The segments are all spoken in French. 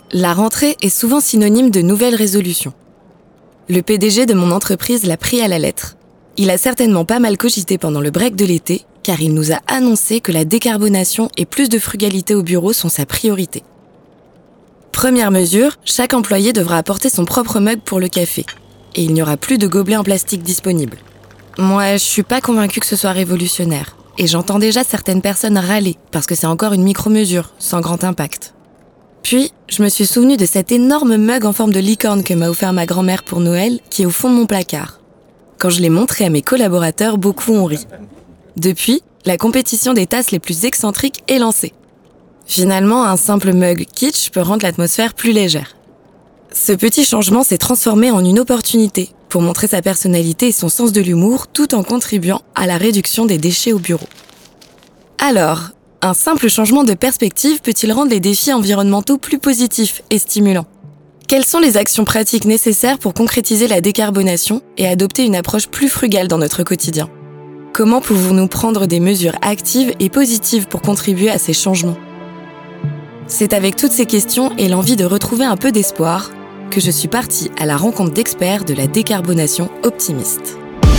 La rentrée est souvent synonyme de nouvelles résolutions. Le PDG de mon entreprise l'a pris à la lettre. Il a certainement pas mal cogité pendant le break de l'été, car il nous a annoncé que la décarbonation et plus de frugalité au bureau sont sa priorité. Première mesure, chaque employé devra apporter son propre mug pour le café. Et il n'y aura plus de gobelets en plastique disponibles. Moi, je suis pas convaincue que ce soit révolutionnaire. Et j'entends déjà certaines personnes râler, parce que c'est encore une micro-mesure, sans grand impact. Puis, je me suis souvenue de cet énorme mug en forme de licorne que m'a offert ma grand-mère pour Noël, qui est au fond de mon placard. Quand je l'ai montré à mes collaborateurs, beaucoup ont ri. Depuis, la compétition des tasses les plus excentriques est lancée. Finalement, un simple mug kitsch peut rendre l'atmosphère plus légère. Ce petit changement s'est transformé en une opportunité pour montrer sa personnalité et son sens de l'humour tout en contribuant à la réduction des déchets au bureau. Alors, un simple changement de perspective peut-il rendre les défis environnementaux plus positifs et stimulants ? Quelles sont les actions pratiques nécessaires pour concrétiser la décarbonation et adopter une approche plus frugale dans notre quotidien ? Comment pouvons-nous prendre des mesures actives et positives pour contribuer à ces changements ? C'est avec toutes ces questions et l'envie de retrouver un peu d'espoir que je suis partie à la rencontre d'experts de la décarbonation optimiste.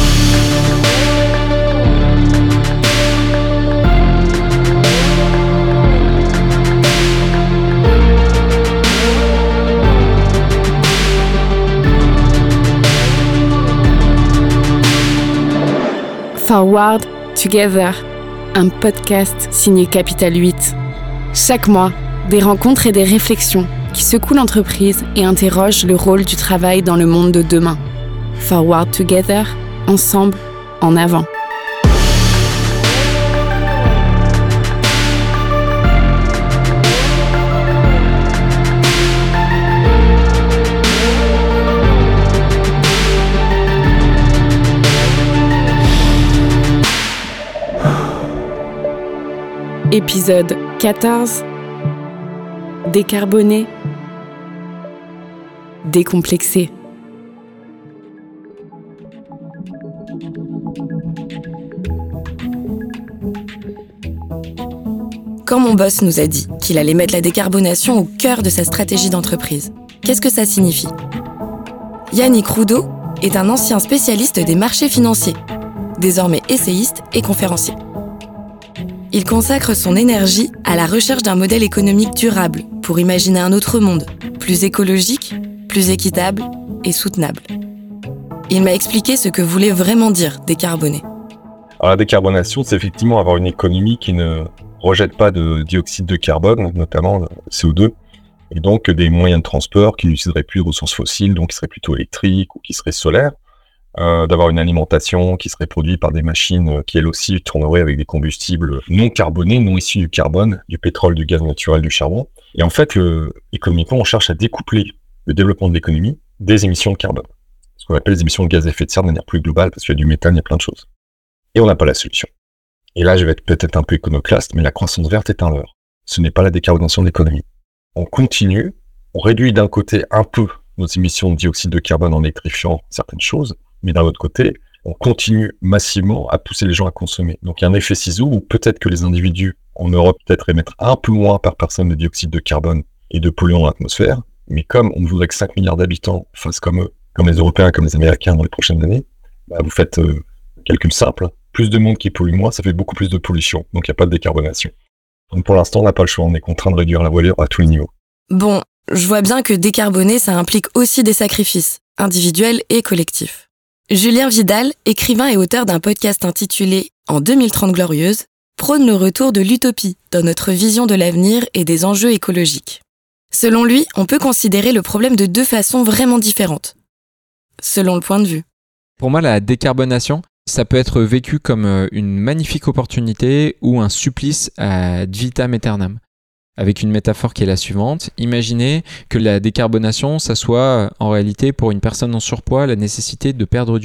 Forward Together, un podcast signé Capital 8. Chaque mois, des rencontres et des réflexions qui secouent l'entreprise et interrogent le rôle du travail dans le monde de demain. Forward Together, ensemble, en avant. Épisode 14. Décarboner, décomplexer. Quand mon boss nous a dit qu'il allait mettre la décarbonation au cœur de sa stratégie d'entreprise, qu'est-ce que ça signifie ? Yannick Roudot est un ancien spécialiste des marchés financiers, désormais essayiste et conférencier. Il consacre son énergie à la recherche d'un modèle économique durable pour imaginer un autre monde, plus écologique, plus équitable et soutenable. Il m'a expliqué ce que voulait vraiment dire décarboner. Alors la décarbonation, c'est effectivement avoir une économie qui ne rejette pas de dioxyde de carbone, notamment le CO2, et donc des moyens de transport qui n'utiliseraient plus de ressources fossiles, donc qui seraient plutôt électriques ou qui seraient solaires. D'avoir une alimentation qui serait produite par des machines qui elles aussi tourneraient avec des combustibles non carbonés, non issus du carbone, du pétrole, du gaz naturel, du charbon. Et en fait, économiquement, on cherche à découpler le développement de l'économie des émissions de carbone. Ce qu'on appelle les émissions de gaz à effet de serre de manière plus globale, parce qu'il y a du méthane, il y a plein de choses. Et on n'a pas la solution. Et là, je vais être peut-être un peu iconoclaste, mais la croissance verte est un leurre. Ce n'est pas la décarbonation de l'économie. On continue, on réduit d'un côté un peu nos émissions de dioxyde de carbone en électrifiant certaines choses, mais d'un autre côté, on continue massivement à pousser les gens à consommer. Donc il y a un effet ciseau où peut-être que les individus en Europe peut-être émettre un peu moins par personne de dioxyde de carbone et de polluants dans l'atmosphère, mais comme on voudrait que 5 milliards d'habitants fassent comme eux, comme les Européens, comme les Américains dans les prochaines années, vous faites calcul simple, plus de monde qui pollue moins, ça fait beaucoup plus de pollution, donc il n'y a pas de décarbonation. Donc pour l'instant, on n'a pas le choix, on est contraint de réduire la voilure à tous les niveaux. Bon, je vois bien que décarboner, ça implique aussi des sacrifices, individuels et collectifs. Julien Vidal, écrivain et auteur d'un podcast intitulé « En 2030 glorieuse », prône le retour de l'utopie dans notre vision de l'avenir et des enjeux écologiques. Selon lui, on peut considérer le problème de deux façons vraiment différentes, selon le point de vue. Pour moi, la décarbonation, ça peut être vécu comme une magnifique opportunité ou un supplice ad vitam aeternam. Avec une métaphore qui est la suivante, imaginez que la décarbonation, ça soit en réalité pour une personne en surpoids la nécessité de perdre du poids.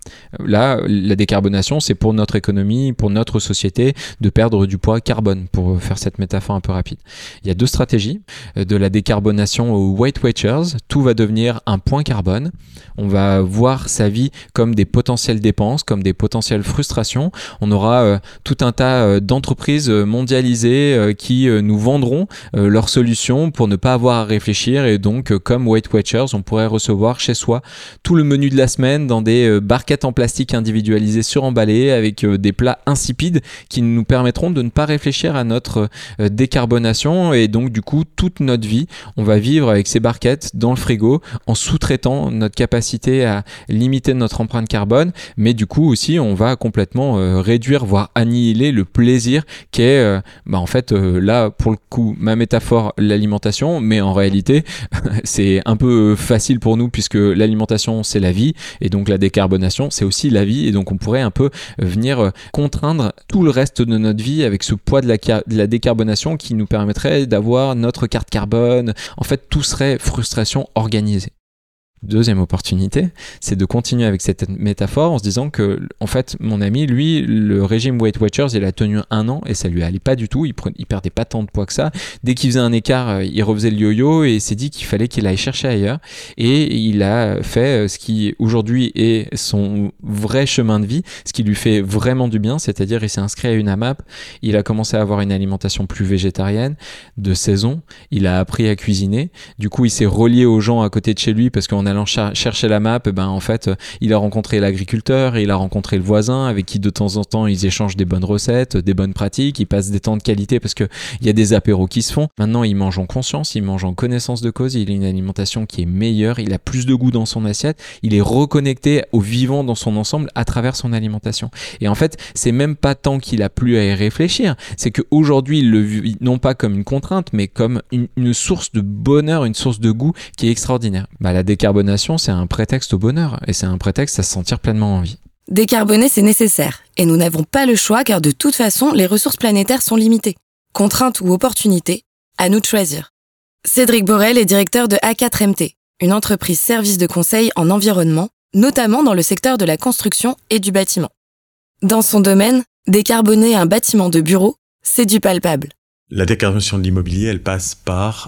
Là, la décarbonation, c'est pour notre économie, pour notre société, de perdre du poids carbone, pour faire cette métaphore un peu rapide. Il y a 2 stratégies. De la décarbonation aux Weight Watchers, tout va devenir un point carbone. On va voir sa vie comme des potentielles dépenses, comme des potentielles frustrations. On aura tout un tas d'entreprises mondialisées qui nous vendront leurs solutions pour ne pas avoir à réfléchir. Et donc, comme Weight Watchers, on pourrait recevoir chez soi tout le menu de la semaine dans des barquettes en plastique individualisées suremballées avec des plats insipides qui nous permettront de ne pas réfléchir à notre décarbonation. Et donc, du coup, toute notre vie, on va vivre avec ces barquettes dans le frigo en sous-traitant notre capacité à limiter notre empreinte carbone, mais du coup aussi on va complètement réduire, voire annihiler le plaisir qu'est en fait là pour le coup ma métaphore l'alimentation, mais en réalité c'est un peu facile pour nous puisque l'alimentation c'est la vie et donc la décarbonation c'est aussi la vie, et donc on pourrait un peu venir contraindre tout le reste de notre vie avec ce poids de la décarbonation qui nous permettrait d'avoir notre carte carbone. En fait, tout serait frustration organisée. Deuxième opportunité, c'est de continuer avec cette métaphore en se disant que, en fait, mon ami, lui, le régime Weight Watchers, il a tenu 1 an et ça lui allait pas du tout. Il perdait pas tant de poids que ça. Dès qu'il faisait un écart, il refaisait le yo-yo et s'est dit qu'il fallait qu'il aille chercher ailleurs. Et il a fait ce qui aujourd'hui est son vrai chemin de vie, ce qui lui fait vraiment du bien, c'est-à-dire il s'est inscrit à une AMAP. Il a commencé à avoir une alimentation plus végétarienne, de saison. Il a appris à cuisiner. Du coup, il s'est relié aux gens à côté de chez lui parce qu'en allant chercher la map, en fait, il a rencontré l'agriculteur et il a rencontré le voisin avec qui de temps en temps ils échangent des bonnes recettes, des bonnes pratiques, ils passent des temps de qualité parce qu'il y a des apéros qui se font. Maintenant, il mange en conscience, il mange en connaissance de cause, il a une alimentation qui est meilleure, il a plus de goût dans son assiette, il est reconnecté au vivant dans son ensemble à travers son alimentation. Et en fait, c'est même pas tant qu'il a plus à y réfléchir, c'est qu'aujourd'hui, il le vit non pas comme une contrainte, mais comme une source de bonheur, une source de goût qui est extraordinaire. La décarbonation, c'est un prétexte au bonheur et c'est un prétexte à se sentir pleinement en vie. Décarboner, c'est nécessaire. Et nous n'avons pas le choix car de toute façon, les ressources planétaires sont limitées. Contrainte ou opportunité, à nous de choisir. Cédric Borel est directeur de A4MT, une entreprise service de conseil en environnement, notamment dans le secteur de la construction et du bâtiment. Dans son domaine, décarboner un bâtiment de bureau, c'est du palpable. La décarbonation de l'immobilier, elle passe par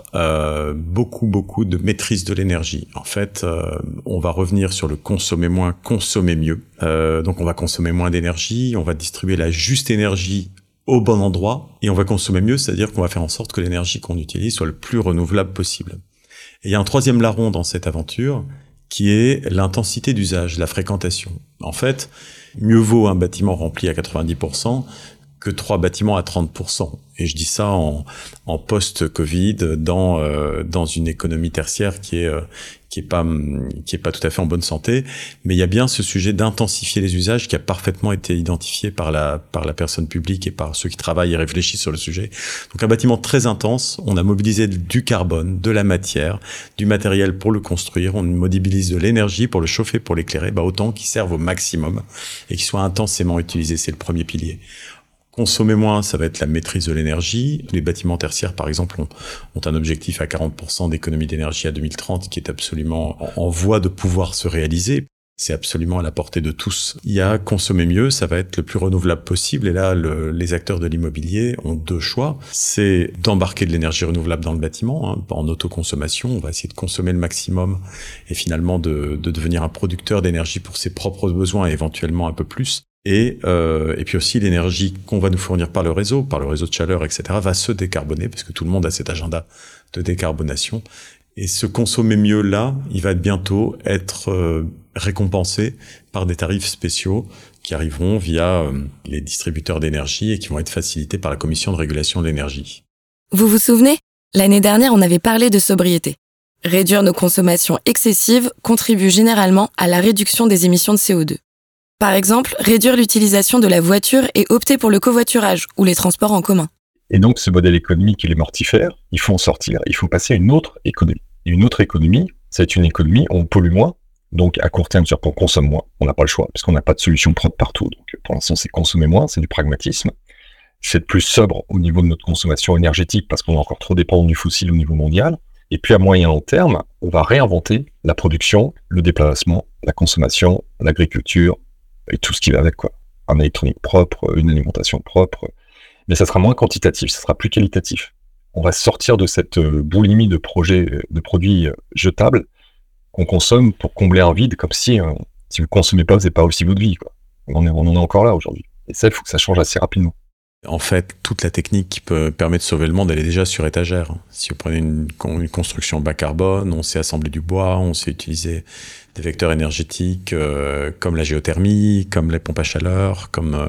beaucoup de maîtrise de l'énergie. En fait, on va revenir sur le consommer moins, consommer mieux. Donc on va consommer moins d'énergie, on va distribuer la juste énergie au bon endroit, et on va consommer mieux, c'est-à-dire qu'on va faire en sorte que l'énergie qu'on utilise soit le plus renouvelable possible. Et il y a un troisième larron dans cette aventure, qui est l'intensité d'usage, la fréquentation. En fait, mieux vaut un bâtiment rempli à 90% que 3 bâtiments à 30%. Et je dis ça en post-Covid, dans une économie tertiaire qui est pas tout à fait en bonne santé. Mais il y a bien ce sujet d'intensifier les usages qui a parfaitement été identifié par la personne publique et par ceux qui travaillent et réfléchissent sur le sujet. Donc un bâtiment très intense, on a mobilisé du carbone, de la matière, du matériel pour le construire, on mobilise de l'énergie pour le chauffer, pour l'éclairer, autant qu'il serve au maximum et qu'il soit intensément utilisé. C'est le premier pilier. Consommer moins, ça va être la maîtrise de l'énergie. Les bâtiments tertiaires, par exemple, ont un objectif à 40% d'économie d'énergie à 2030 qui est absolument en voie de pouvoir se réaliser. C'est absolument à la portée de tous. Il y a consommer mieux, ça va être le plus renouvelable possible. Et là, les acteurs de l'immobilier ont 2 choix. C'est d'embarquer de l'énergie renouvelable dans le bâtiment, en autoconsommation. On va essayer de consommer le maximum et finalement de devenir un producteur d'énergie pour ses propres besoins et éventuellement un peu plus. Et puis aussi l'énergie qu'on va nous fournir par le réseau de chaleur, etc., va se décarboner parce que tout le monde a cet agenda de décarbonation. Et ce consommer mieux là, il va bientôt être récompensé par des tarifs spéciaux qui arriveront via les distributeurs d'énergie et qui vont être facilités par la Commission de régulation de l'énergie. Vous vous souvenez ? L'année dernière, on avait parlé de sobriété. Réduire nos consommations excessives contribue généralement à la réduction des émissions de CO2. Par exemple, réduire l'utilisation de la voiture et opter pour le covoiturage ou les transports en commun. Et donc, ce modèle économique, il est mortifère. Il faut en sortir. Il faut passer à une autre économie. Et une autre économie, c'est une économie où on pollue moins. Donc, à court terme, on consomme moins. On n'a pas le choix, parce qu'on n'a pas de solution propre partout. Donc, pour l'instant, c'est consommer moins, c'est du pragmatisme. C'est être plus sobre au niveau de notre consommation énergétique, parce qu'on est encore trop dépendant du fossile au niveau mondial. Et puis, à moyen long terme, on va réinventer la production, le déplacement, la consommation, l'agriculture, et tout ce qui va avec, quoi. Un électronique propre, une alimentation propre. Mais ça sera moins quantitatif, ça sera plus qualitatif. On va sortir de cette boulimie de produits jetables qu'on consomme pour combler un vide, comme si vous ne consommez pas, vous n'avez pas aussi votre vie, quoi. On en est encore là aujourd'hui. Et ça, il faut que ça change assez rapidement. En fait, toute la technique qui permet de sauver le monde, elle est déjà sur étagère. Si vous prenez une construction bas carbone, on sait assembler du bois, on sait utiliser des vecteurs énergétiques comme la géothermie, comme les pompes à chaleur, comme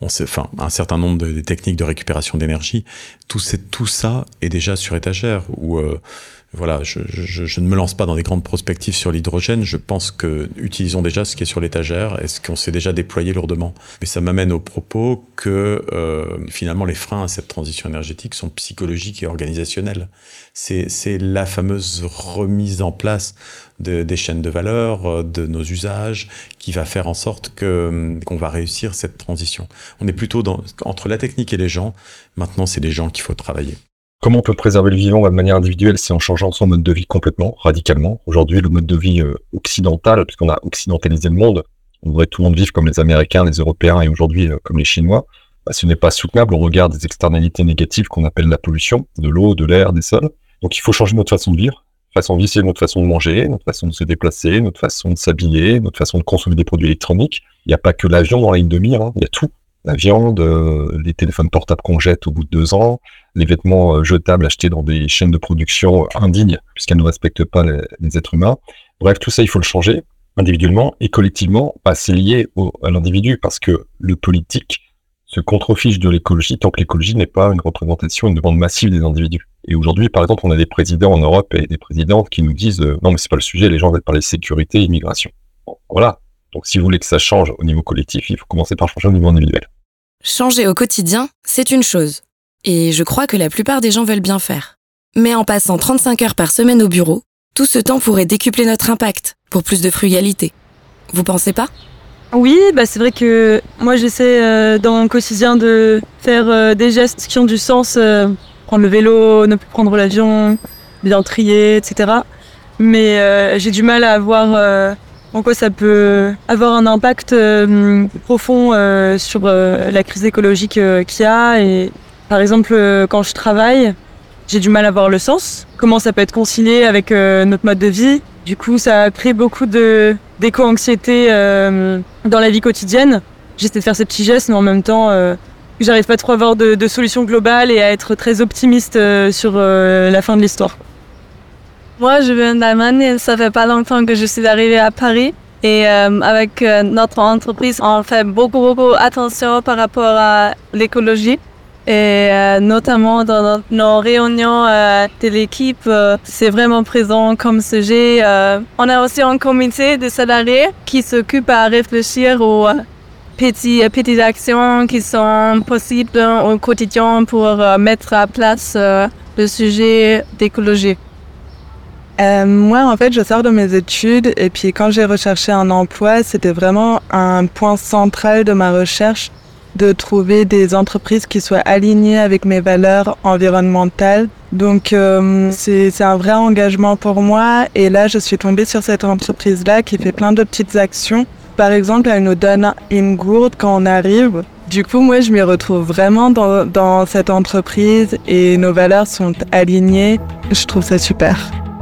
un certain nombre de techniques de récupération d'énergie. Tout ça est déjà sur étagère. Voilà, je ne me lance pas dans des grandes prospectives sur l'hydrogène. Je pense que utilisons déjà ce qui est sur l'étagère et ce qu'on s'est déjà déployé lourdement. Mais ça m'amène au propos que finalement les freins à cette transition énergétique sont psychologiques et organisationnels. C'est la fameuse remise en place des chaînes de valeur, de nos usages, qui va faire en sorte qu'on va réussir cette transition. On est plutôt entre la technique et les gens. Maintenant, c'est les gens qu'il faut travailler. Comment on peut préserver le vivant de manière individuelle? C'est en changeant son mode de vie complètement, radicalement. Aujourd'hui, le mode de vie occidental, puisqu'on a occidentalisé le monde, on voudrait tout le monde vivre comme les Américains, les Européens et aujourd'hui comme les Chinois. Ce n'est pas soutenable au regard des externalités négatives qu'on appelle la pollution, de l'eau, de l'air, des sols. Donc il faut changer notre façon de vivre, c'est notre façon de manger, notre façon de se déplacer, notre façon de s'habiller, notre façon de consommer des produits électroniques. Il n'y a pas que l'avion dans la ligne de mire, il y a tout. La viande, les téléphones portables qu'on jette au bout de 2 ans, les vêtements jetables achetés dans des chaînes de production indignes, puisqu'elles ne respectent pas les êtres humains. Bref, tout ça, il faut le changer, individuellement et collectivement. C'est lié à l'individu, parce que le politique se contrefiche de l'écologie tant que l'écologie n'est pas une représentation, une demande massive des individus. Et aujourd'hui, par exemple, on a des présidents en Europe et des présidentes qui nous disent non, mais c'est pas le sujet, les gens veulent parler sécurité et immigration. Bon, voilà. Donc, si vous voulez que ça change au niveau collectif, il faut commencer par changer au niveau individuel. Changer au quotidien, c'est une chose. Et je crois que la plupart des gens veulent bien faire. Mais en passant 35 heures par semaine au bureau, tout ce temps pourrait décupler notre impact, pour plus de frugalité. Vous pensez pas ? Oui, c'est vrai que moi j'essaie dans mon quotidien de faire des gestes qui ont du sens, prendre le vélo, ne plus prendre l'avion, bien trier, etc. Mais j'ai du mal à voir en quoi ça peut avoir un impact profond sur la crise écologique qu'il y a. Et par exemple, quand je travaille, j'ai du mal à voir le sens. Comment ça peut être concilié avec notre mode de vie. Du coup, ça crée beaucoup d'éco-anxiété dans la vie quotidienne. J'essaie de faire ces petits gestes, mais en même temps, j'arrive pas trop à avoir de solution globale et à être très optimiste sur la fin de l'histoire. Moi, je viens d'Allemagne et ça fait pas longtemps que je suis arrivée à Paris. Et avec notre entreprise, on fait beaucoup attention par rapport à l'écologie. Et notamment dans nos réunions de l'équipe, c'est vraiment présent comme sujet. On a aussi un comité de salariés qui s'occupe à réfléchir aux petites actions qui sont possibles au quotidien pour mettre à place le sujet d'écologie. Moi, en fait, je sors de mes études et puis quand j'ai recherché un emploi, c'était vraiment un point central de ma recherche de trouver des entreprises qui soient alignées avec mes valeurs environnementales. Donc, c'est un vrai engagement pour moi. Et là, je suis tombée sur cette entreprise-là qui fait plein de petites actions. Par exemple, elle nous donne une gourde quand on arrive. Du coup, moi, je m'y retrouve vraiment dans cette entreprise et nos valeurs sont alignées. Je trouve ça super.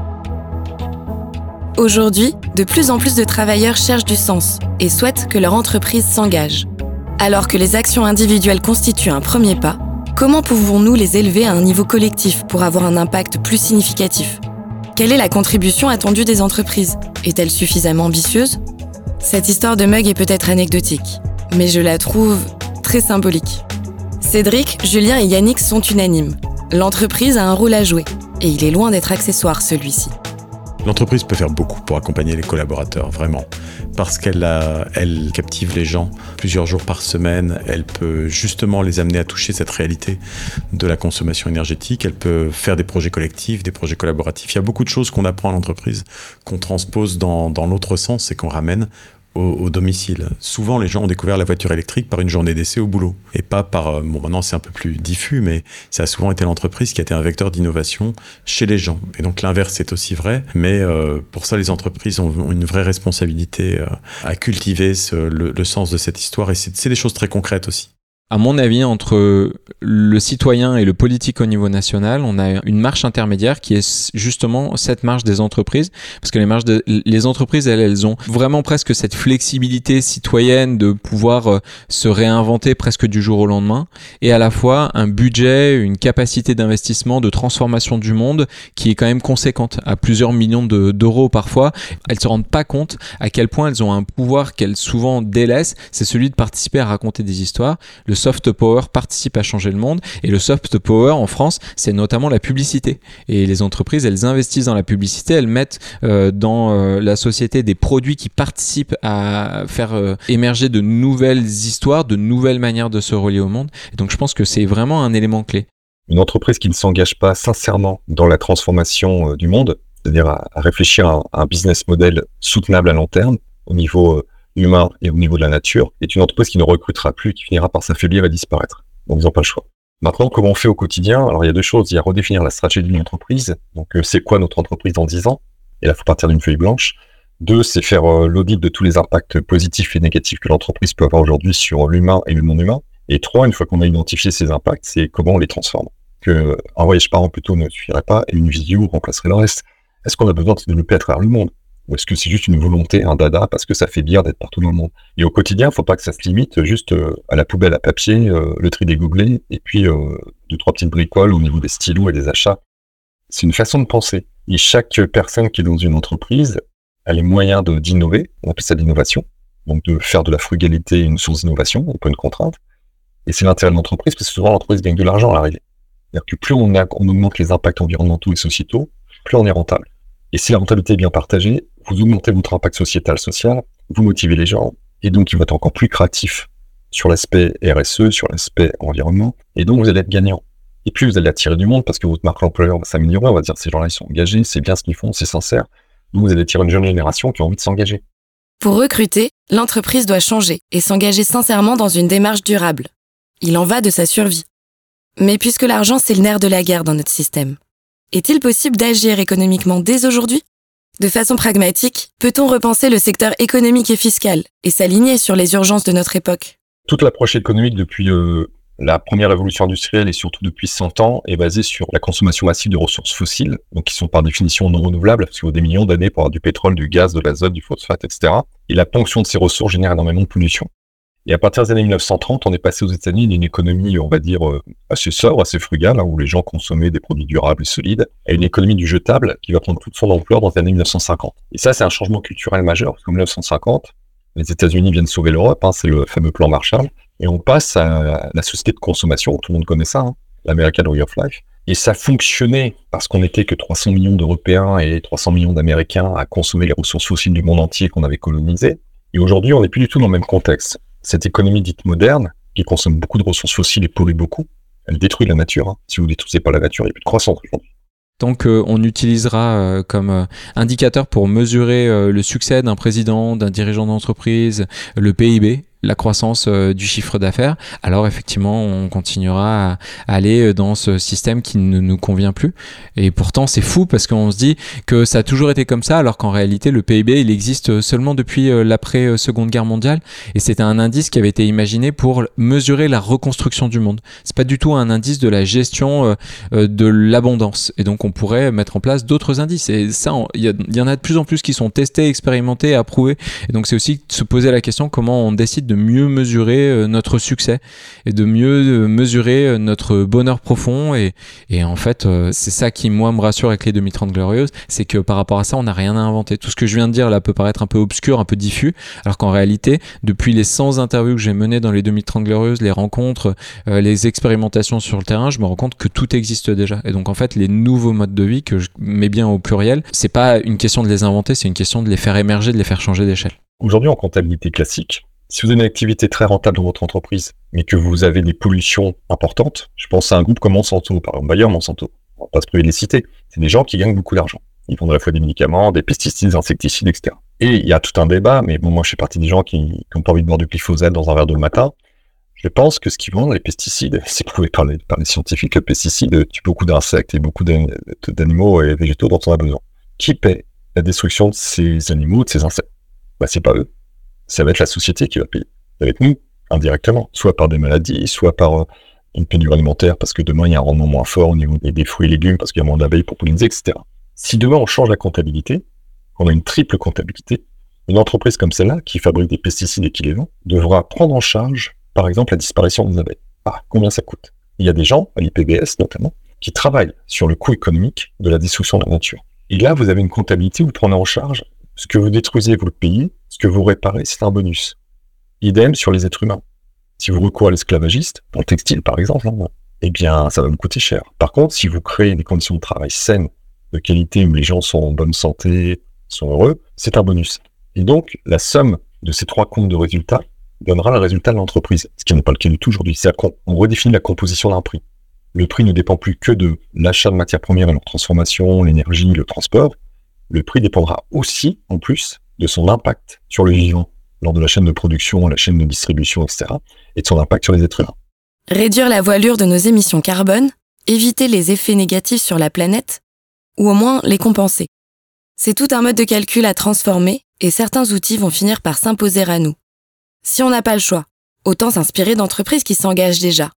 Aujourd'hui, de plus en plus de travailleurs cherchent du sens et souhaitent que leur entreprise s'engage. Alors que les actions individuelles constituent un premier pas, comment pouvons-nous les élever à un niveau collectif pour avoir un impact plus significatif ? Quelle est la contribution attendue des entreprises ? Est-elle suffisamment ambitieuse ? Cette histoire de mug est peut-être anecdotique, mais je la trouve très symbolique. Cédric, Julien et Yannick sont unanimes. L'entreprise a un rôle à jouer, et il est loin d'être accessoire celui-ci. L'entreprise peut faire beaucoup pour accompagner les collaborateurs, vraiment. Parce elle captive les gens plusieurs jours par semaine. Elle peut justement les amener à toucher cette réalité de la consommation énergétique. Elle peut faire des projets collectifs, des projets collaboratifs. Il y a beaucoup de choses qu'on apprend à l'entreprise, qu'on transpose dans l'autre sens et qu'on ramène au domicile. Souvent, les gens ont découvert la voiture électrique par une journée d'essai au boulot et pas par... Bon, maintenant, c'est un peu plus diffus, mais ça a souvent été l'entreprise qui a été un vecteur d'innovation chez les gens. Et donc, l'inverse est aussi vrai, mais pour ça, les entreprises ont une vraie responsabilité à cultiver le sens de cette histoire et c'est des choses très concrètes aussi. À mon avis, entre le citoyen et le politique au niveau national, on a une marche intermédiaire qui est justement cette marche des entreprises. Parce que les entreprises, elles ont vraiment presque cette flexibilité citoyenne de pouvoir se réinventer presque du jour au lendemain. Et à la fois, un budget, une capacité d'investissement, de transformation du monde qui est quand même conséquente, à plusieurs millions d'euros parfois. Elles se rendent pas compte à quel point elles ont un pouvoir qu'elles souvent délaissent. C'est celui de participer à raconter des histoires. Le soft power participe à changer le monde et le soft power en France, c'est notamment la publicité. Et les entreprises, elles investissent dans la publicité, elles mettent dans la société des produits qui participent à faire émerger de nouvelles histoires, de nouvelles manières de se relier au monde. Et donc je pense que c'est vraiment un élément clé. Une entreprise qui ne s'engage pas sincèrement dans la transformation du monde, c'est-à-dire à réfléchir à un business model soutenable à long terme au niveau humain et au niveau de la nature, est une entreprise qui ne recrutera plus, qui finira par s'affaiblir et disparaître. Donc ils n'ont pas le choix. Maintenant, comment on fait au quotidien? Alors il y a deux choses. Il y a redéfinir la stratégie d'une entreprise. Donc c'est quoi notre entreprise dans 10 ans? Et là, il faut partir d'une feuille blanche. 2, c'est faire l'audit de tous les impacts positifs et négatifs que l'entreprise peut avoir aujourd'hui sur l'humain et le non-humain. Et 3, une fois qu'on a identifié ces impacts, c'est comment on les transforme. Que un voyage par an plutôt ne suffirait pas et une visio remplacerait le reste. Est-ce qu'on a besoin de se développer à travers le monde? Ou est-ce que c'est juste une volonté, un dada, parce que ça fait bien d'être partout dans le monde? Et au quotidien, il ne faut pas que ça se limite juste à la poubelle à papier, le tri des gobelets, et puis 2-3 petites bricoles au niveau des stylos et des achats. C'est une façon de penser. Et chaque personne qui est dans une entreprise a les moyens d'innover, on appelle ça l'innovation, donc de faire de la frugalité une source d'innovation, et pas une contrainte. Et c'est l'intérêt de l'entreprise, parce que souvent l'entreprise gagne de l'argent à l'arrivée. C'est-à-dire que plus on augmente les impacts environnementaux et sociétaux, plus on est rentable. Et si la rentabilité est bien partagée, vous augmentez votre impact social, vous motivez les gens, et donc ils vont être encore plus créatifs sur l'aspect RSE, sur l'aspect environnement, et donc vous allez être gagnant. Et puis vous allez attirer du monde, parce que votre marque employeur va s'améliorer, on va dire ces gens-là ils sont engagés, c'est bien ce qu'ils font, c'est sincère. Donc vous allez attirer une jeune génération qui a envie de s'engager. Pour recruter, l'entreprise doit changer et s'engager sincèrement dans une démarche durable. Il en va de sa survie. Mais puisque l'argent c'est le nerf de la guerre dans notre système, est-il possible d'agir économiquement dès aujourd'hui? De façon pragmatique, peut-on repenser le secteur économique et fiscal et s'aligner sur les urgences de notre époque? Toute l'approche économique depuis la première révolution industrielle et surtout depuis 100 ans est basée sur la consommation massive de ressources fossiles, donc qui sont par définition non renouvelables, parce qu'il faut des millions d'années pour avoir du pétrole, du gaz, de l'azote, du phosphate, etc. Et la ponction de ces ressources génère énormément de pollution. Et à partir des années 1930, on est passé aux États-Unis d'une économie, on va dire, assez sobre, assez frugale, hein, où les gens consommaient des produits durables et solides, à une économie du jetable qui va prendre toute son ampleur dans les années 1950. Et ça, c'est un changement culturel majeur, parce qu'en 1950, les États-Unis viennent sauver l'Europe, hein, c'est le fameux plan Marshall, et on passe à la société de consommation, tout le monde connaît ça, hein, l'American Way of Life. Et ça fonctionnait parce qu'on n'était que 300 millions d'Européens et 300 millions d'Américains à consommer les ressources fossiles du monde entier qu'on avait colonisées. Et aujourd'hui, on n'est plus du tout dans le même contexte. Cette économie dite moderne, qui consomme beaucoup de ressources fossiles et pollue beaucoup, elle détruit la nature. Hein. Si vous ne détruisez pas la nature, il n'y a plus de croissance aujourd'hui. Tant qu'on utilisera comme indicateur pour mesurer le succès d'un président, d'un dirigeant d'entreprise, le PIB, la croissance du chiffre d'affaires, alors effectivement on continuera à aller dans ce système qui ne nous convient plus. Et pourtant c'est fou parce qu'on se dit que ça a toujours été comme ça, alors qu'en réalité le PIB il existe seulement depuis l'après-Seconde Guerre mondiale, et c'était un indice qui avait été imaginé pour mesurer la reconstruction du monde. C'est pas du tout un indice de la gestion de l'abondance, et donc on pourrait mettre en place d'autres indices, et ça il y en a de plus en plus qui sont testés, expérimentés, approuvés, et donc c'est aussi se poser la question comment on décide de mieux mesurer notre succès et de mieux mesurer notre bonheur profond, et en fait c'est ça qui moi me rassure avec les 2030 glorieuses, c'est que par rapport à ça on n'a rien à inventer. Tout ce que je viens de dire là peut paraître un peu obscur, un peu diffus, alors qu'en réalité depuis les 100 interviews que j'ai menées dans les 2030 glorieuses, les rencontres, les expérimentations sur le terrain, je me rends compte que tout existe déjà. Et donc en fait les nouveaux modes de vie, que je mets bien au pluriel, c'est pas une question de les inventer, c'est une question de les faire émerger, de les faire changer d'échelle. Aujourd'hui en comptabilité classique, si vous avez une activité très rentable dans votre entreprise, mais que vous avez des pollutions importantes, je pense à un groupe comme Monsanto, par exemple Bayer Monsanto, on va pas se priver de les citer, c'est des gens qui gagnent beaucoup d'argent. Ils vendent à la fois des médicaments, des pesticides, des insecticides, etc. Et il y a tout un débat, mais bon, moi je fais partie des gens qui n'ont pas envie de boire du glyphosate dans un verre d'eau le matin. Je pense que ce qu'ils vendent, les pesticides, c'est prouvé par les scientifiques, le pesticide tue beaucoup d'insectes et beaucoup d'animaux et végétaux dont on a besoin. Qui paie la destruction de ces animaux, de ces insectes? C'est pas eux. Ça va être la société qui va payer. Ça va être nous, indirectement. Soit par des maladies, soit par une pénurie alimentaire, parce que demain, il y a un rendement moins fort au niveau des fruits et légumes, parce qu'il y a moins d'abeilles pour polliniser, etc. Si demain, on change la comptabilité, on a une triple comptabilité, une entreprise comme celle-là, qui fabrique des pesticides et qui les vend, devra prendre en charge, par exemple, la disparition des abeilles. Combien ça coûte? Il y a des gens, à l'IPBES notamment, qui travaillent sur le coût économique de la destruction de la nature. Et là, vous avez une comptabilité où vous prenez en charge ce que vous détruisez, vous le payez, ce que vous réparez, c'est un bonus. Idem sur les êtres humains. Si vous recourez à l'esclavagiste, dans le textile par exemple, eh bien, ça va vous coûter cher. Par contre, si vous créez des conditions de travail saines, de qualité, où les gens sont en bonne santé, sont heureux, c'est un bonus. Et donc, la somme de ces trois comptes de résultats donnera le résultat de l'entreprise, ce qui n'est pas le cas du tout aujourd'hui. C'est-à-dire qu'on redéfinit la composition d'un prix. Le prix ne dépend plus que de l'achat de matières premières et leur transformation, l'énergie, le transport. Le prix dépendra aussi, en plus, de son impact sur le vivant, lors de la chaîne de production, la chaîne de distribution, etc., et de son impact sur les êtres humains. Réduire la voilure de nos émissions carbone, éviter les effets négatifs sur la planète, ou au moins les compenser. C'est tout un mode de calcul à transformer, et certains outils vont finir par s'imposer à nous. Si on n'a pas le choix, autant s'inspirer d'entreprises qui s'engagent déjà.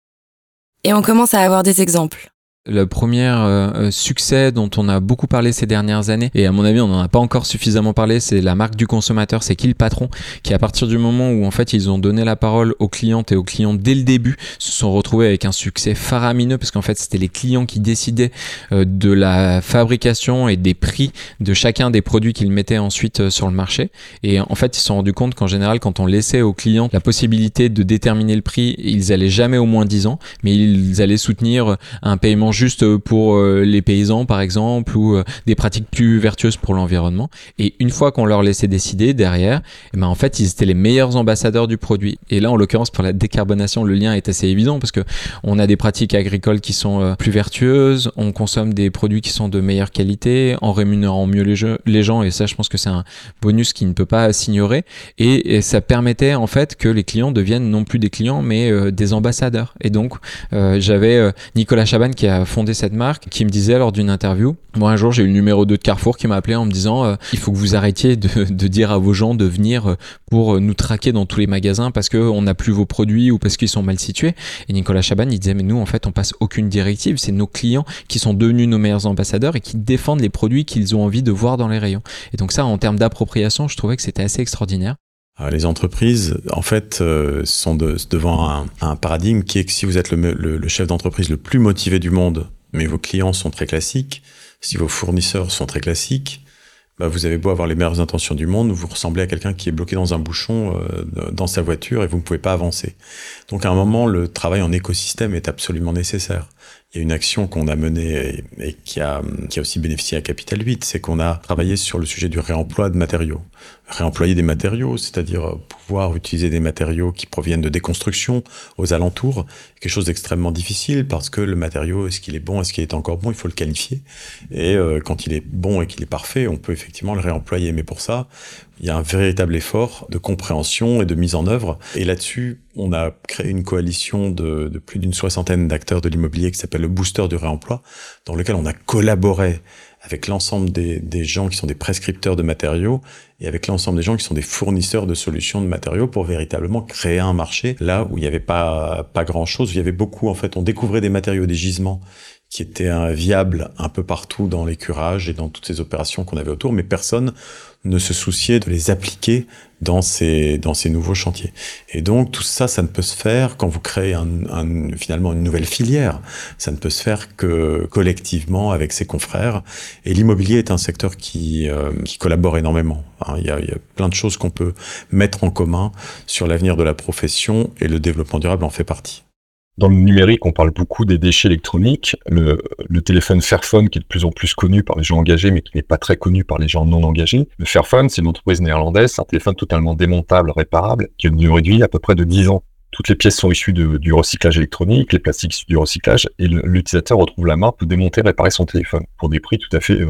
Et on commence à avoir des exemples. Le premier succès dont on a beaucoup parlé ces dernières années, et à mon avis on n'en a pas encore suffisamment parlé, c'est la marque du consommateur, c'est Qui le patron, qui à partir du moment où en fait ils ont donné la parole aux clientes et aux clients dès le début, se sont retrouvés avec un succès faramineux, parce qu'en fait c'était les clients qui décidaient de la fabrication et des prix de chacun des produits qu'ils mettaient ensuite sur le marché. Et en fait ils se sont rendus compte qu'en général quand on laissait aux clients la possibilité de déterminer le prix, ils allaient jamais au moins 10 ans, mais ils allaient soutenir un paiement juste pour les paysans par exemple, ou des pratiques plus vertueuses pour l'environnement. Et une fois qu'on leur laissait décider derrière, en fait ils étaient les meilleurs ambassadeurs du produit. Et là en l'occurrence pour la décarbonation, le lien est assez évident, parce que on a des pratiques agricoles qui sont plus vertueuses, on consomme des produits qui sont de meilleure qualité en rémunérant mieux les gens, et ça je pense que c'est un bonus qui ne peut pas s'ignorer. Et ça permettait en fait que les clients deviennent non plus des clients mais des ambassadeurs. Et donc j'avais Nicolas Chaban qui a fondé cette marque, qui me disait lors d'une interview, moi un jour j'ai eu le numéro 2 de Carrefour qui m'a appelé en me disant il faut que vous arrêtiez de dire à vos gens de venir pour nous traquer dans tous les magasins parce qu'on n'a plus vos produits ou parce qu'ils sont mal situés. Et Nicolas Chaban il disait mais nous en fait on passe aucune directive, c'est nos clients qui sont devenus nos meilleurs ambassadeurs et qui défendent les produits qu'ils ont envie de voir dans les rayons. Et donc ça en termes d'appropriation je trouvais que c'était assez extraordinaire. Les entreprises, en fait, sont devant un paradigme qui est que si vous êtes le chef d'entreprise le plus motivé du monde, mais vos clients sont très classiques, si vos fournisseurs sont très classiques, vous avez beau avoir les meilleures intentions du monde, vous ressemblez à quelqu'un qui est bloqué dans un bouchon dans sa voiture et vous ne pouvez pas avancer. Donc à un moment, le travail en écosystème est absolument nécessaire. Il y a une action qu'on a menée et qui a aussi bénéficié à Capital 8, c'est qu'on a travaillé sur le sujet du réemploi de matériaux. Réemployer des matériaux, c'est-à-dire pouvoir utiliser des matériaux qui proviennent de déconstruction aux alentours, quelque chose d'extrêmement difficile parce que le matériau, est-ce qu'il est bon, est-ce qu'il est encore bon, il faut le qualifier. Et quand il est bon et qu'il est parfait, on peut effectivement le réemployer. Mais pour ça, il y a un véritable effort de compréhension et de mise en œuvre. Et là-dessus, on a créé une coalition de plus d'une 60aine d'acteurs de l'immobilier qui s'appelle le Booster du réemploi, dans lequel on a collaboré avec l'ensemble des gens qui sont des prescripteurs de matériaux et avec l'ensemble des gens qui sont des fournisseurs de solutions de matériaux pour véritablement créer un marché là où il n'y avait pas grand-chose. Il y avait beaucoup, en fait, on découvrait des matériaux, des gisements qui étaient viables un peu partout dans les curages et dans toutes ces opérations qu'on avait autour, mais personne ne se souciait de les appliquer dans ces nouveaux chantiers. Et donc tout ça, ça ne peut se faire quand vous créez finalement une nouvelle filière. Ça ne peut se faire que collectivement avec ses confrères. Et l'immobilier est un secteur qui collabore énormément. Il y a plein de choses qu'on peut mettre en commun sur l'avenir de la profession et le développement durable en fait partie. Dans le numérique, on parle beaucoup des déchets électroniques. Le téléphone Fairphone, qui est de plus en plus connu par les gens engagés, mais qui n'est pas très connu par les gens non engagés. Le Fairphone, c'est une entreprise néerlandaise, c'est un téléphone totalement démontable, réparable, qui a une durée de vie à peu près de 10 ans. Toutes les pièces sont issues du recyclage électronique, les plastiques issus du recyclage, et l'utilisateur retrouve la main, peut démonter, réparer son téléphone, pour des prix tout à fait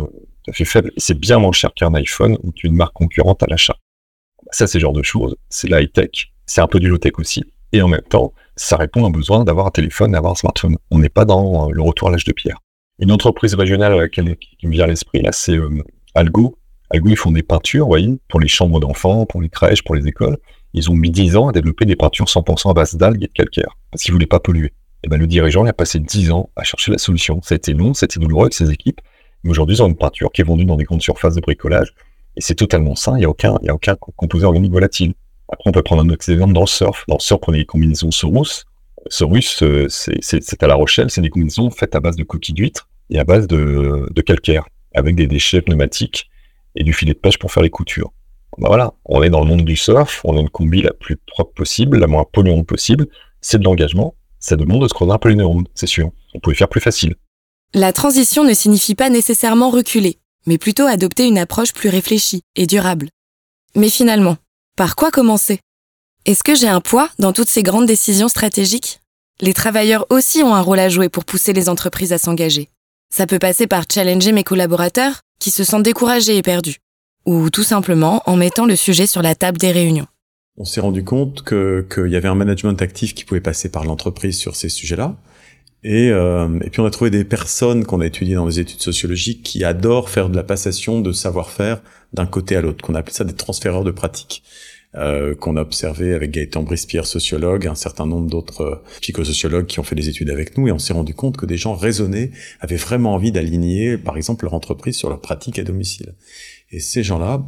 tout à fait faible, et c'est bien moins cher qu'un iPhone ou qu'une marque concurrente à l'achat. Ça, c'est le genre de choses, c'est la high-tech, c'est un peu du low-tech aussi, et en même temps, ça répond à un besoin d'avoir un téléphone, d'avoir un smartphone. On n'est pas dans le retour à l'âge de pierre. Une entreprise régionale qui me vient à l'esprit, là, c'est Algo. Algo, ils font des peintures, vous voyez, pour les chambres d'enfants, pour les crèches, pour les écoles. Ils ont mis 10 ans à développer des peintures 100% à base d'algues et de calcaire, parce qu'ils voulaient pas polluer. Et ben, le dirigeant, il a passé 10 ans à chercher la solution. Ça a été long, c'était douloureux avec ses équipes, mais aujourd'hui, ils ont une peinture qui est vendue dans des grandes surfaces de bricolage, et c'est totalement sain, il y a aucun composé organique volatile. Après, on peut prendre un autre exemple dans le surf. Dans le surf, prenez les combinaisons Sorus. Sorus, c'est à La Rochelle, c'est des combinaisons faites à base de coquilles d'huîtres et à base de calcaire, avec des déchets pneumatiques et du filet de pêche pour faire les coutures. Ben voilà, on est dans le monde du surf, on a une combi la plus propre possible, la moins polluante possible, c'est de l'engagement, ça demande de se creuser un peu les neurones, c'est sûr. On pouvait faire plus facile. La transition ne signifie pas nécessairement reculer, mais plutôt adopter une approche plus réfléchie et durable. Mais finalement, par quoi commencer ? Est-ce que j'ai un poids dans toutes ces grandes décisions stratégiques ? Les travailleurs aussi ont un rôle à jouer pour pousser les entreprises à s'engager. Ça peut passer par challenger mes collaborateurs qui se sentent découragés et perdus, ou tout simplement en mettant le sujet sur la table des réunions. On s'est rendu compte qu'il y avait un management actif qui pouvait passer par l'entreprise sur ces sujets-là. Et puis on a trouvé des personnes qu'on a étudiées dans les études sociologiques qui adorent faire de la passation de savoir-faire d'un côté à l'autre, qu'on a appelé ça des transféreurs de pratiques. Qu'on a observé avec Gaëtan Brispierre, sociologue, un certain nombre d'autres psychosociologues qui ont fait des études avec nous, et on s'est rendu compte que des gens raisonnés avaient vraiment envie d'aligner, par exemple, leur entreprise sur leurs pratiques à domicile. Et ces gens-là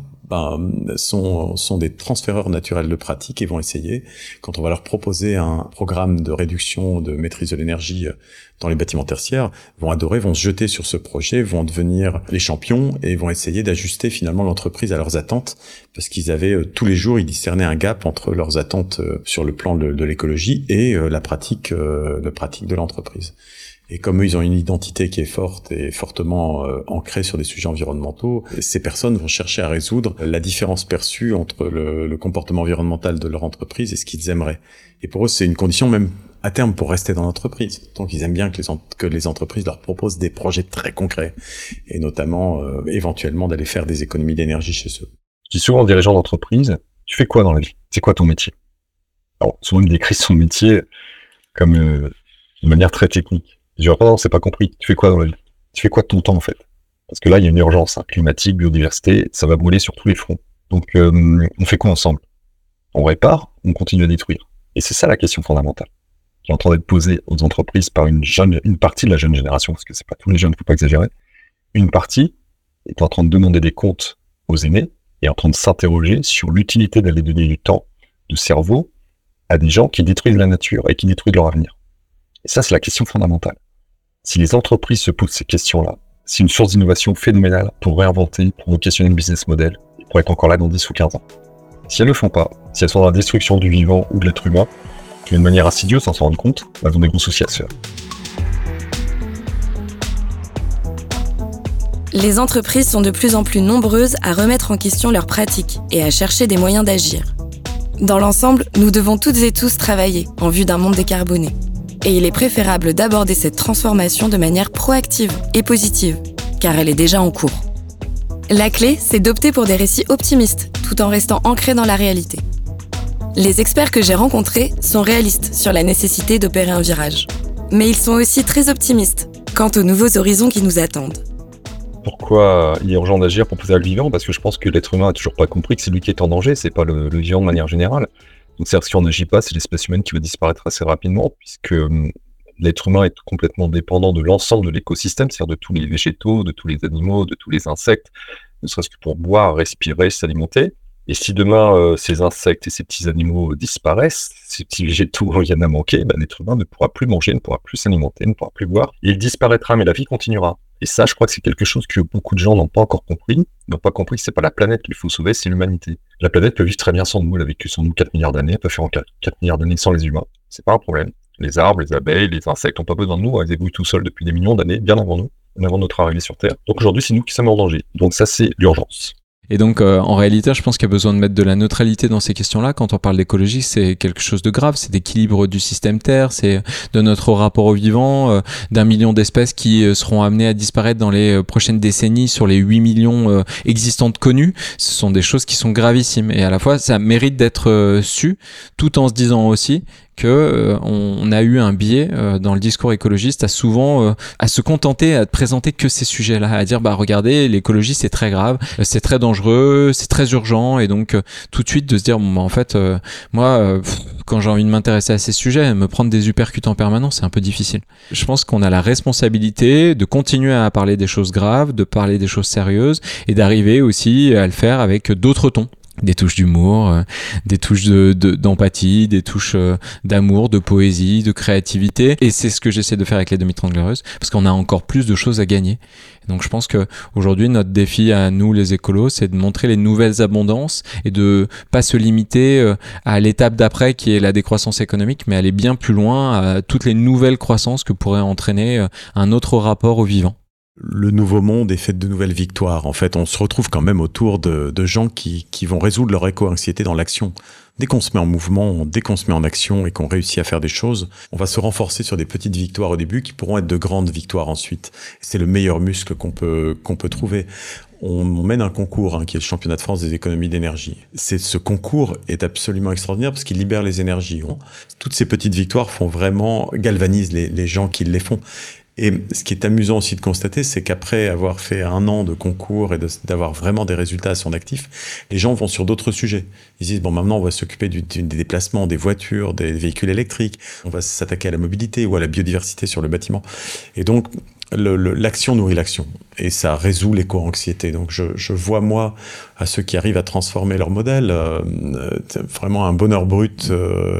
sont des transféreurs naturels de pratiques et vont essayer, quand on va leur proposer un programme de réduction de maîtrise de l'énergie dans les bâtiments tertiaires, vont adorer, vont se jeter sur ce projet, vont devenir les champions et vont essayer d'ajuster finalement l'entreprise à leurs attentes, parce qu'ils avaient tous les jours, ils discernaient un gap entre leurs attentes sur le plan de l'écologie et la pratique de l'entreprise. Et comme eux, ils ont une identité qui est forte et fortement ancrée sur des sujets environnementaux, ces personnes vont chercher à résoudre la différence perçue entre le comportement environnemental de leur entreprise et ce qu'ils aimeraient. Et pour eux, c'est une condition même à terme pour rester dans l'entreprise. Donc ils aiment bien que les entreprises leur proposent des projets très concrets, et notamment éventuellement d'aller faire des économies d'énergie chez eux. Je dis souvent aux dirigeants d'entreprise, tu fais quoi dans la vie ? C'est quoi ton métier ? Alors souvent ils me décrivent son métier comme de manière très technique. Je dis, non, c'est pas compris. Tu fais quoi dans la vie ? Tu fais quoi de ton temps, en fait ? Parce que là, il y a une urgence, climatique, biodiversité, ça va brûler sur tous les fronts. Donc, on fait quoi ensemble ? On répare, on continue à détruire. Et c'est ça la question fondamentale, qui est en train d'être posée aux entreprises par une partie de la jeune génération, parce que c'est pas tous les jeunes, faut pas exagérer. Une partie est en train de demander des comptes aux aînés et en train de s'interroger sur l'utilité d'aller donner du temps, de cerveau, à des gens qui détruisent la nature et qui détruisent leur avenir. Et ça, c'est la question fondamentale. Si les entreprises se posent ces questions-là, c'est une source d'innovation phénoménale pour réinventer, pour questionner le business model, et pour être encore là dans 10 ou 15 ans. Si elles ne le font pas, si elles sont dans la destruction du vivant ou de l'être humain, d'une manière insidieuse sans s'en rendre compte, elles ont des gros soucis à se faire. Les entreprises sont de plus en plus nombreuses à remettre en question leurs pratiques et à chercher des moyens d'agir. Dans l'ensemble, nous devons toutes et tous travailler en vue d'un monde décarboné. Et il est préférable d'aborder cette transformation de manière proactive et positive, car elle est déjà en cours. La clé, c'est d'opter pour des récits optimistes, tout en restant ancrés dans la réalité. Les experts que j'ai rencontrés sont réalistes sur la nécessité d'opérer un virage. Mais ils sont aussi très optimistes quant aux nouveaux horizons qui nous attendent. Pourquoi il est urgent d'agir pour poser le vivant ? Parce que je pense que l'être humain n'a toujours pas compris que c'est lui qui est en danger, c'est pas le vivant de manière générale. Donc c'est-à-dire que si on n'agit pas, c'est l'espèce humaine qui va disparaître assez rapidement, puisque l'être humain est complètement dépendant de l'ensemble de l'écosystème, c'est-à-dire de tous les végétaux, de tous les animaux, de tous les insectes, ne serait-ce que pour boire, respirer, s'alimenter. Et si demain ces insectes et ces petits animaux disparaissent, ces petits végétaux viennent à manquer, l'être humain ne pourra plus manger, ne pourra plus s'alimenter, ne pourra plus boire. Il disparaîtra, mais la vie continuera. Et ça, je crois que c'est quelque chose que beaucoup de gens n'ont pas encore compris. Ils n'ont pas compris que c'est pas la planète qu'il faut sauver, c'est l'humanité. La planète peut vivre très bien sans nous, elle a vécu sans nous 4 milliards d'années, elle peut faire en 4 milliards d'années sans les humains. C'est pas un problème. Les arbres, les abeilles, les insectes n'ont pas besoin de nous, ils évoluent tout seuls depuis des millions d'années, bien avant nous, bien avant notre arrivée sur Terre. Donc aujourd'hui, c'est nous qui sommes en danger. Donc ça, c'est l'urgence. Et donc, en réalité, je pense qu'il y a besoin de mettre de la neutralité dans ces questions-là. Quand on parle d'écologie, c'est quelque chose de grave. C'est d'équilibre du système Terre, c'est de notre rapport au vivant, d'1 million d'espèces qui seront amenées à disparaître dans les prochaines décennies sur les 8 millions existantes connues. Ce sont des choses qui sont gravissimes. Et à la fois, ça mérite d'être su, tout en se disant aussi que on a eu un biais dans le discours écologiste à souvent à se contenter, à présenter que ces sujets-là, à dire regardez, l'écologie c'est très grave, c'est très dangereux, c'est très urgent, et donc tout de suite de se dire en fait moi quand j'ai envie de m'intéresser à ces sujets, me prendre des uppercuts en permanence, c'est un peu difficile. Je pense qu'on a la responsabilité de continuer à parler des choses graves, de parler des choses sérieuses, et d'arriver aussi à le faire avec d'autres tons. Des touches d'humour, des touches d'empathie, des touches d'amour, de poésie, de créativité. Et c'est ce que j'essaie de faire avec les Demi-30 Glorieuses, parce qu'on a encore plus de choses à gagner. Donc je pense que aujourd'hui notre défi à nous les écolos, c'est de montrer les nouvelles abondances et de pas se limiter à l'étape d'après qui est la décroissance économique, mais aller bien plus loin à toutes les nouvelles croissances que pourrait entraîner un autre rapport au vivant. Le nouveau monde est fait de nouvelles victoires. En fait, on se retrouve quand même autour de gens qui vont résoudre leur éco-anxiété dans l'action. Dès qu'on se met en mouvement, dès qu'on se met en action et qu'on réussit à faire des choses, on va se renforcer sur des petites victoires au début qui pourront être de grandes victoires ensuite. C'est le meilleur muscle qu'on peut trouver. On mène un concours qui est le championnat de France des économies d'énergie. Ce concours est absolument extraordinaire parce qu'il libère les énergies. Toutes ces petites victoires galvanisent les gens qui les font. Et ce qui est amusant aussi de constater, c'est qu'après avoir fait 1 an de concours et d'avoir vraiment des résultats à son actif, les gens vont sur d'autres sujets. Ils disent, maintenant on va s'occuper des déplacements, des voitures, des véhicules électriques, on va s'attaquer à la mobilité ou à la biodiversité sur le bâtiment. Et donc, l'action nourrit l'action. Et ça résout l'éco-anxiété. Donc je vois, moi, à ceux qui arrivent à transformer leur modèle, vraiment un bonheur brut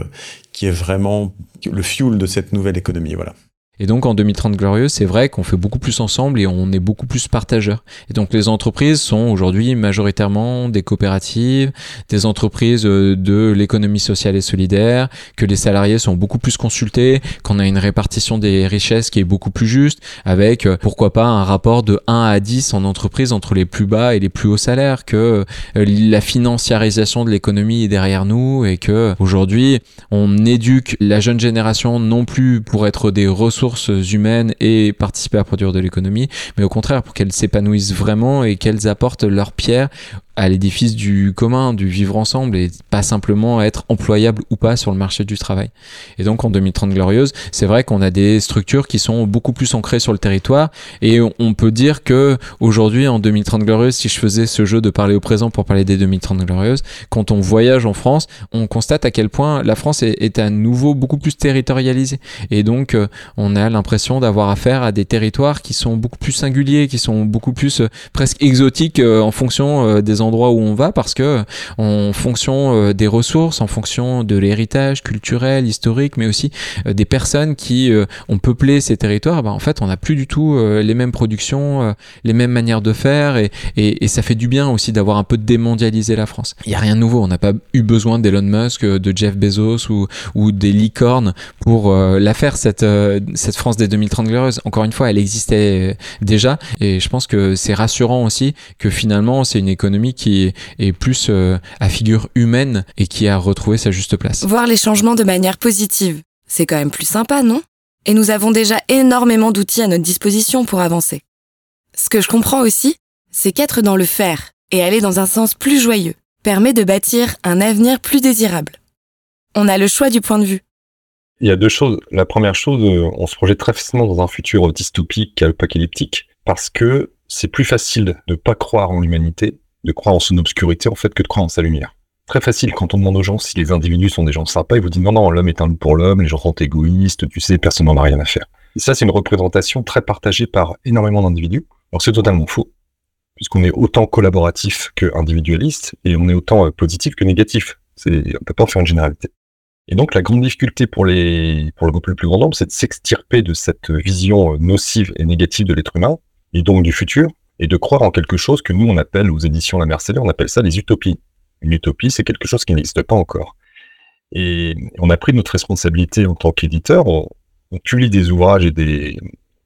qui est vraiment le fuel de cette nouvelle économie. Voilà. Et donc en 2030 Glorieuses, c'est vrai qu'on fait beaucoup plus ensemble et on est beaucoup plus partageurs. Et donc les entreprises sont aujourd'hui majoritairement des coopératives, des entreprises de l'économie sociale et solidaire, que les salariés sont beaucoup plus consultés, qu'on a une répartition des richesses qui est beaucoup plus juste, avec pourquoi pas un rapport de 1 à 10 en entreprise entre les plus bas et les plus hauts salaires, que la financiarisation de l'économie est derrière nous et que aujourd'hui on éduque la jeune génération non plus pour être des ressources humaines et participer à produire de l'économie, mais au contraire pour qu'elles s'épanouissent vraiment et qu'elles apportent leur pierre à l'édifice du commun, du vivre ensemble, et pas simplement être employable ou pas sur le marché du travail. Et donc en 2030 Glorieuses, c'est vrai qu'on a des structures qui sont beaucoup plus ancrées sur le territoire, et on peut dire que aujourd'hui en 2030 Glorieuses, si je faisais ce jeu de parler au présent pour parler des 2030 Glorieuses, quand on voyage en France, on constate à quel point la France est à nouveau beaucoup plus territorialisée, et donc on a l'impression d'avoir affaire à des territoires qui sont beaucoup plus singuliers, qui sont beaucoup plus presque exotiques en fonction des endroits où on va, parce que en fonction des ressources, en fonction de l'héritage culturel, historique, mais aussi des personnes qui ont peuplé ces territoires, en fait on n'a plus du tout les mêmes productions, les mêmes manières de faire, et ça fait du bien aussi d'avoir un peu démondialisé la France. Il n'y a rien de nouveau, on n'a pas eu besoin d'Elon Musk, de Jeff Bezos ou des licornes pour la faire, cette France des 2030 Glorieuses. Encore une fois, elle existait déjà, et je pense que c'est rassurant aussi que finalement c'est une économie qui est plus à figure humaine et qui a retrouvé sa juste place. Voir les changements de manière positive, c'est quand même plus sympa, non ? Et nous avons déjà énormément d'outils à notre disposition pour avancer. Ce que je comprends aussi, c'est qu'être dans le faire et aller dans un sens plus joyeux permet de bâtir un avenir plus désirable. On a le choix du point de vue. Il y a 2 choses. La première chose, on se projette très facilement dans un futur dystopique qu'apocalyptique, parce que c'est plus facile de ne pas croire en l'humanité, de croire en son obscurité en fait, que de croire en sa lumière. Très facile, quand on demande aux gens si les individus sont des gens sympas, ils vous disent non, l'homme est un loup pour l'homme, les gens sont égoïstes, tu sais, personne n'en a rien à faire. Et ça, c'est une représentation très partagée par énormément d'individus. Alors c'est totalement faux, puisqu'on est autant collaboratif que individualiste, et on est autant positif que négatif. On peut pas en faire une généralité. Et donc la grande difficulté pour le plus grand nombre, c'est de s'extirper de cette vision nocive et négative de l'être humain, et donc du futur, et de croire en quelque chose que nous, on appelle, aux éditions La Mercellée, on appelle ça les utopies. Une utopie, c'est quelque chose qui n'existe pas encore. Et on a pris notre responsabilité en tant qu'éditeur, on publie des ouvrages et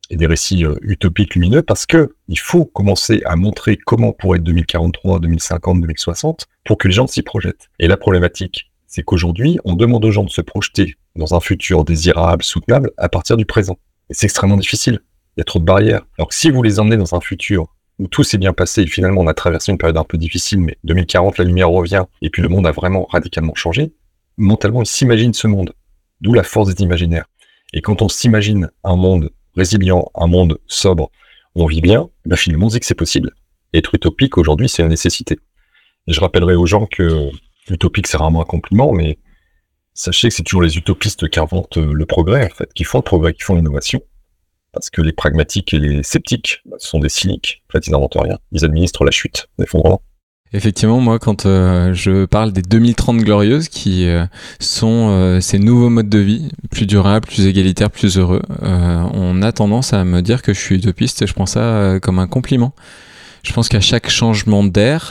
et des récits utopiques lumineux, parce que il faut commencer à montrer comment pourrait être 2043, 2050, 2060 pour que les gens s'y projettent. Et la problématique, c'est qu'aujourd'hui, on demande aux gens de se projeter dans un futur désirable, soutenable, à partir du présent. Et c'est extrêmement difficile. Il y a trop de barrières. Alors que si vous les emmenez dans un futur où tout s'est bien passé, et finalement on a traversé une période un peu difficile, mais 2040, la lumière revient, et puis le monde a vraiment radicalement changé, mentalement, ils s'imaginent ce monde. D'où la force des imaginaires. Et quand on s'imagine un monde résilient, un monde sobre, où on vit bien, ben finalement on se dit que c'est possible. Et être utopique aujourd'hui, c'est une nécessité. Et je rappellerai aux gens que utopique, c'est rarement un compliment, mais sachez que c'est toujours les utopistes qui inventent le progrès, en fait, qui font le progrès, qui font l'innovation. Parce que les pragmatiques et les sceptiques sont des cyniques. En fait, ils n'inventent rien. Ils administrent la chute, l'effondrement. Effectivement, moi, quand je parle des 2030 glorieuses, qui sont ces nouveaux modes de vie, plus durables, plus égalitaires, plus heureux, on a tendance à me dire que je suis utopiste, et je prends ça comme un compliment. Je pense qu'à chaque changement d'ère,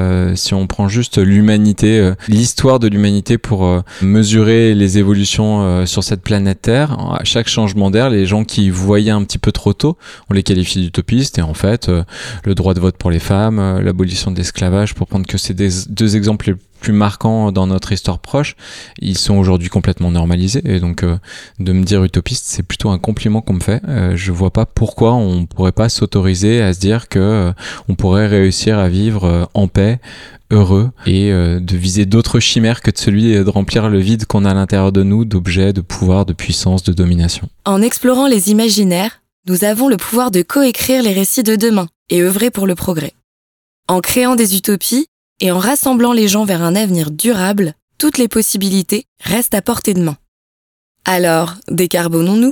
si on prend juste l'humanité, l'histoire de l'humanité pour mesurer les évolutions sur cette planète Terre, à chaque changement d'ère, les gens qui voyaient un petit peu trop tôt, on les qualifie d'utopistes, et en fait, le droit de vote pour les femmes, l'abolition de l'esclavage, pour prendre que ces deux exemples les plus marquants dans notre histoire proche, ils sont aujourd'hui complètement normalisés, et donc de me dire utopiste, c'est plutôt un compliment qu'on me fait. Je vois pas pourquoi on pourrait pas s'autoriser à se dire que on pourrait réussir à vivre en paix, heureux, et de viser d'autres chimères que de celui de remplir le vide qu'on a à l'intérieur de nous d'objets, de pouvoir, de puissance, de domination. En explorant les imaginaires, nous avons le pouvoir de coécrire les récits de demain et œuvrer pour le progrès. En créant des utopies, et en rassemblant les gens vers un avenir durable, toutes les possibilités restent à portée de main. Alors, décarbonons-nous ?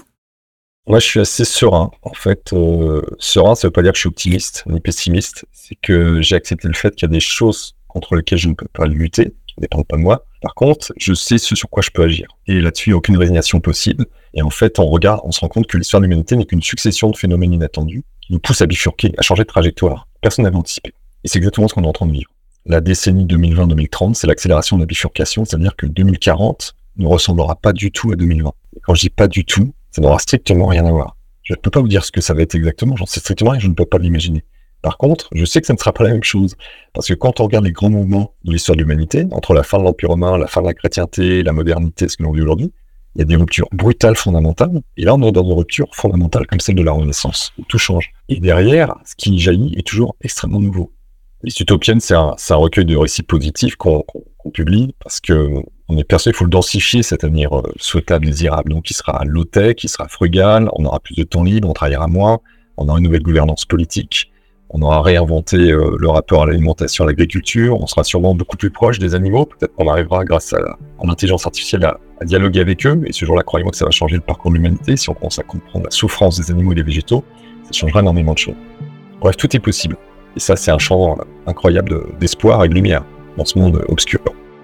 Moi, je suis assez serein. En fait, serein, ça veut pas dire que je suis optimiste ni pessimiste. C'est que j'ai accepté le fait qu'il y a des choses contre lesquelles je ne peux pas lutter, qui ne dépendent pas de moi. Par contre, je sais ce sur quoi je peux agir. Et là-dessus, il n'y a aucune résignation possible. Et en fait, on se rend compte que l'histoire de l'humanité n'est qu'une succession de phénomènes inattendus qui nous poussent à bifurquer, à changer de trajectoire. Personne n'avait anticipé. Et c'est exactement ce qu'on est en train de vivre. La décennie 2020-2030, c'est l'accélération de la bifurcation, c'est-à-dire que 2040 ne ressemblera pas du tout à 2020. Et quand je dis pas du tout, ça n'aura strictement rien à voir. Je ne peux pas vous dire ce que ça va être exactement, j'en sais strictement rien, je ne peux pas l'imaginer. Par contre, je sais que ça ne sera pas la même chose. Parce que quand on regarde les grands mouvements de l'histoire de l'humanité, entre la fin de l'Empire romain, la fin de la chrétienté, la modernité, ce que l'on vit aujourd'hui, il y a des ruptures brutales, fondamentales. Et là, on est dans une rupture fondamentale comme celle de la Renaissance, où tout change. Et derrière, ce qui jaillit est toujours extrêmement nouveau. Les Utopiennes, c'est un recueil de récits positifs qu'on publie parce que on est persuadé qu'il faut le densifier, cet avenir souhaitable, désirable. Donc, il sera low-tech, il sera frugal, on aura plus de temps libre, on travaillera moins, on aura une nouvelle gouvernance politique, on aura réinventé le rapport à l'alimentation, à l'agriculture, on sera sûrement beaucoup plus proche des animaux, peut-être qu'on arrivera grâce à l'intelligence artificielle à dialoguer avec eux, et ce jour-là, croyez-moi que ça va changer le parcours de l'humanité. Si on commence à comprendre la souffrance des animaux et des végétaux, ça changera énormément de choses. Bref, tout est possible. Et ça, c'est un champ incroyable d'espoir et de lumière dans ce monde obscur.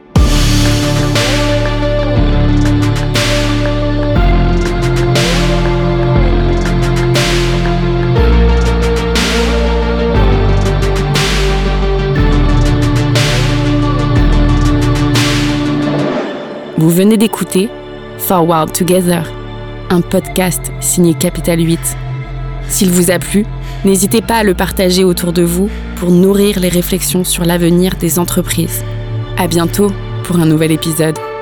Vous venez d'écouter Forward Together, un podcast signé Capital 8. S'il vous a plu, n'hésitez pas à le partager autour de vous pour nourrir les réflexions sur l'avenir des entreprises. À bientôt pour un nouvel épisode.